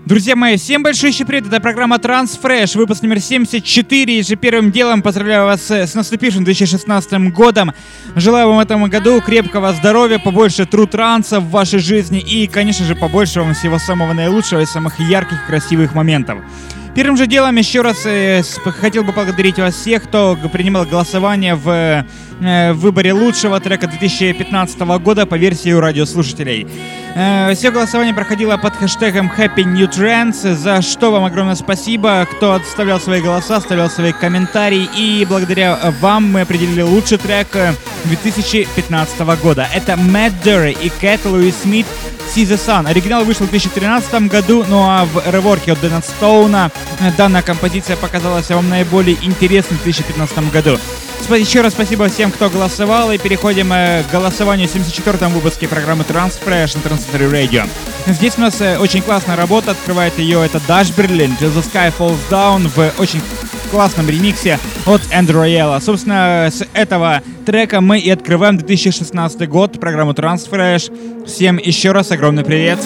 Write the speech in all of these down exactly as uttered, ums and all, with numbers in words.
Друзья мои, всем большой привет, это программа Transfresh, выпуск номер семьдесят четыре, и же первым делом поздравляю вас с наступившим две тысячи шестнадцатым годом. Желаю вам в этом году крепкого здоровья, побольше true транса в вашей жизни и, конечно же, побольше вам всего самого наилучшего и самых ярких, красивых моментов. Первым же делом еще раз э, хотел бы поблагодарить вас всех, кто принимал голосование в, э, в выборе лучшего трека две тысячи пятнадцатого года по версии у радиослушателей. Э, все голосование проходило под хэштегом Happy New Trends, за что вам огромное спасибо, кто оставлял свои голоса, оставлял свои комментарии, и благодаря вам мы определили лучший трек две тысячи пятнадцатого года. Это Matt Dury и Кэт Луис Смит See the Sun. Оригинал вышел в две тысячи тринадцатом году, ну а в реворке от Дэна Стоуна данная композиция показалась вам наиболее интересной в две тысячи пятнадцатом году. Еще раз спасибо всем, кто голосовал, и переходим к голосованию в семьдесят четвёртом выпуске программы Transfresh на Transcentury Radio. Здесь у нас очень классная работа, открывает ее это Dash Berlin, Till the Sky Falls Down в очень классном ремиксе от Эндрю Райелла. Собственно, с этого трека мы и открываем две тысячи шестнадцатый год, программу Transfresh. Всем еще раз огромный привет!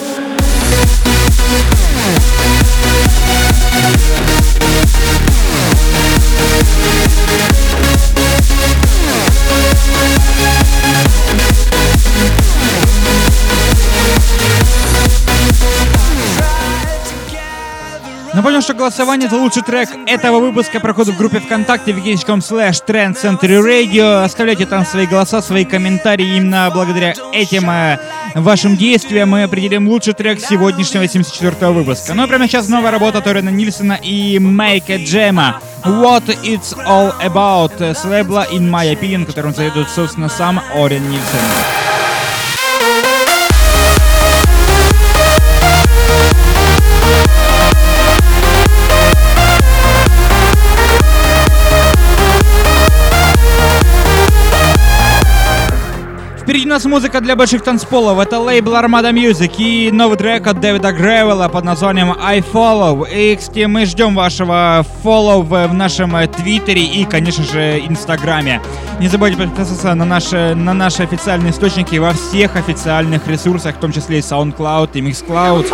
Напомню, что голосование за лучший трек этого выпуска проходит в группе ВКонтакте ви ка точка ком слэш Transcentury Radio. Оставляйте там свои голоса, свои комментарии. Именно благодаря этим э, вашим действиям мы определим лучший трек сегодняшнего семьдесят четвёртого выпуска. Ну и прямо сейчас новая работа Торена Нильсона и Майка Джема. What It's All About с лейбла In My Opinion, которым заведует, собственно, сам Орен Нильсон. Впереди у нас музыка для больших танцполов. Это лейбл Armada Music и новый трек от Дэвида Гревелла под названием I Follow. И, кстати, мы ждем вашего follow в нашем твиттере и, конечно же, инстаграме. Не забудьте подписаться на наши, на наши официальные источники во всех официальных ресурсах, в том числе и SoundCloud и MixCloud.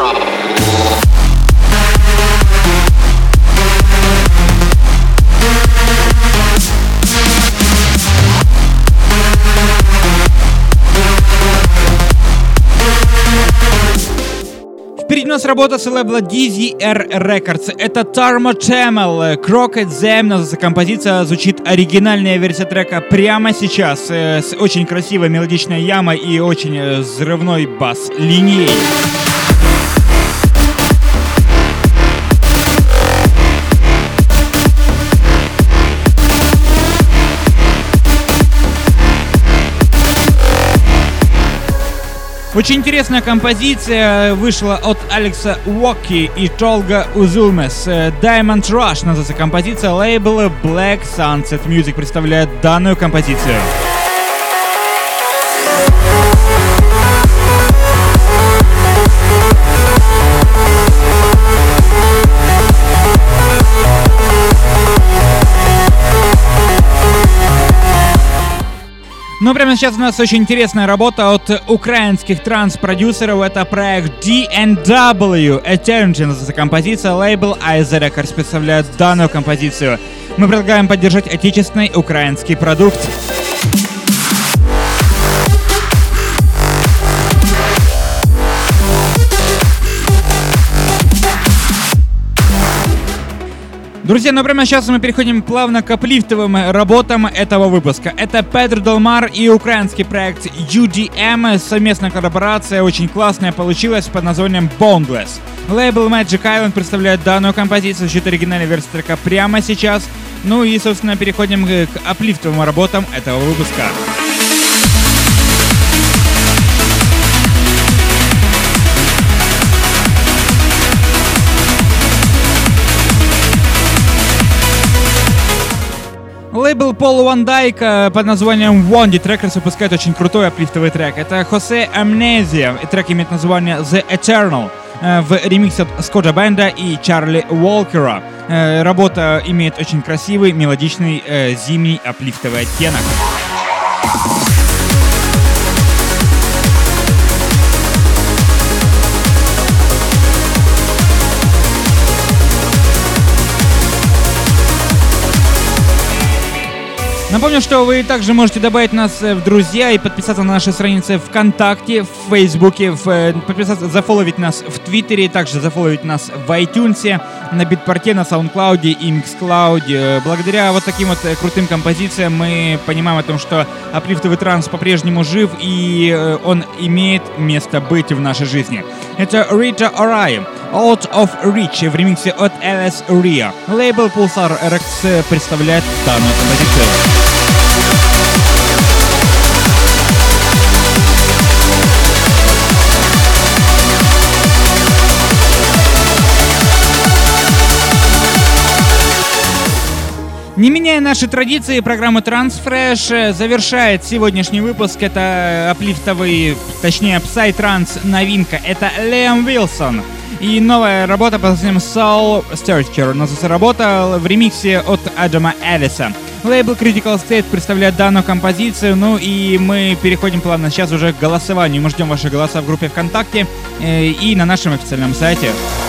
Впереди у нас работа с лейбла ди зет ар Records. Это Tarmo Chamel, Crooked Zemnos. Композиция звучит оригинальная версия трека прямо сейчас. С очень красивой мелодичной ямой и очень взрывной бас-линией. Очень интересная композиция вышла от Алекса Уокки и Толга Узулмес. Diamond Rush называется композиция. Лейбл Black Sunset Music представляет данную композицию. Ну, прямо сейчас у нас очень интересная работа от украинских транс-продюсеров. Это проект ди эн дабл ю Eternity, называется композиция. Лейбл ай зет Records представляет данную композицию. Мы предлагаем поддержать отечественный украинский продукт. Друзья, ну прямо сейчас мы переходим плавно к аплифтовым работам этого выпуска. Это Педро Делмар и украинский проект ю ди эм. Совместная коллаборация, очень классная получилась, под названием Boundless. Лейбл Magic Island представляет данную композицию, звучит оригинальная версия трека прямо сейчас. Ну и, собственно, переходим к аплифтовым работам этого выпуска. Лейбл Пола Ван Дайка под названием Wanted Records выпускает очень крутой аплифтовый трек. Это Хосе Амнезия. Трек имеет название The Eternal в ремиксе от Скотта Бенда и Чарли Уолкера. Работа имеет очень красивый, мелодичный зимний аплифтовый оттенок. Напомню, что вы также можете добавить нас в друзья и подписаться на наши страницы ВКонтакте, в Фейсбуке, в, подписаться, зафоловить нас в Твиттере, также зафоловить нас в iTunes, на Битпорте, на Саундклауде и Миксклауде. Благодаря вот таким вот крутым композициям мы понимаем о том, что аплифтовый транс по-прежнему жив и он имеет место быть в нашей жизни. Это Rita Ora, Out of Reach в ремиксе от Alice Ria. Лейбл Pulsar Records представляет данную композицию. Не меняя наши традиции, программа Transfresh завершает сегодняшний выпуск. Это аплифтовый, точнее, псай-транс новинка. Это Лиам Уилсон. И новая работа под названием Soul Searcher. Называется работа в ремиксе от Адама Эллиса. Лейбл Critical State представляет данную композицию. Ну и мы переходим плавно сейчас уже к голосованию. Мы ждем ваши голоса в группе ВКонтакте э, и на нашем официальном сайте.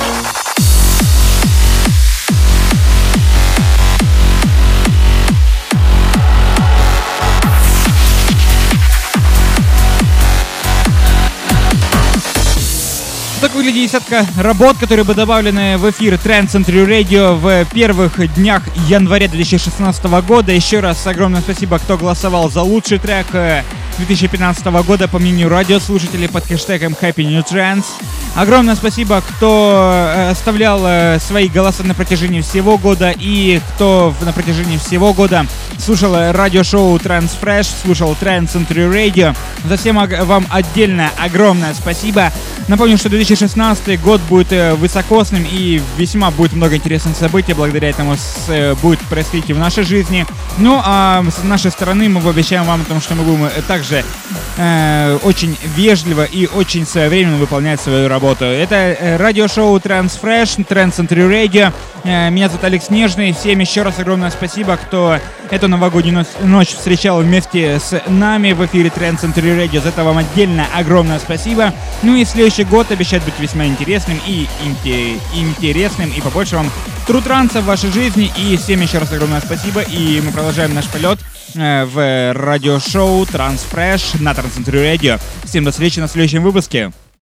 Так выглядит десятка работ, которые бы добавлены в эфир Trance Century Radio в первых днях января две тысячи шестнадцатого года. Еще раз огромное спасибо, кто голосовал за лучший трек две тысячи пятнадцатого года по мнению радиослушателей под хэштегом Happy New Trance. Огромное спасибо, кто оставлял свои голоса на протяжении всего года и кто на протяжении всего года слушал радиошоу Transfresh, слушал Trance Century Radio. За всем вам отдельное огромное спасибо. Напомню, что две тысячи шестнадцатый год будет высокосным и весьма будет много интересных событий, благодаря этому с, будет происходить и в нашей жизни. Ну а с нашей стороны мы обещаем вам о том, что мы будем также э, очень вежливо и очень своевременно выполнять свою работу. Это э, радиошоу Transfresh, Trance Century Radio. Э, меня зовут Алекс Нежный. Всем еще раз огромное спасибо, кто эту новогоднюю ночь встречал вместе с нами в эфире Trance Century Radio. За это вам отдельно огромное спасибо. Ну и следующий год обещает быть весьма интересным и интересным, и побольше вам тру-транса в вашей жизни. И всем еще раз огромное спасибо. И мы продолжаем наш полет э, в радиошоу Transfresh на Trance Century Radio. Всем до встречи на следующем выпуске.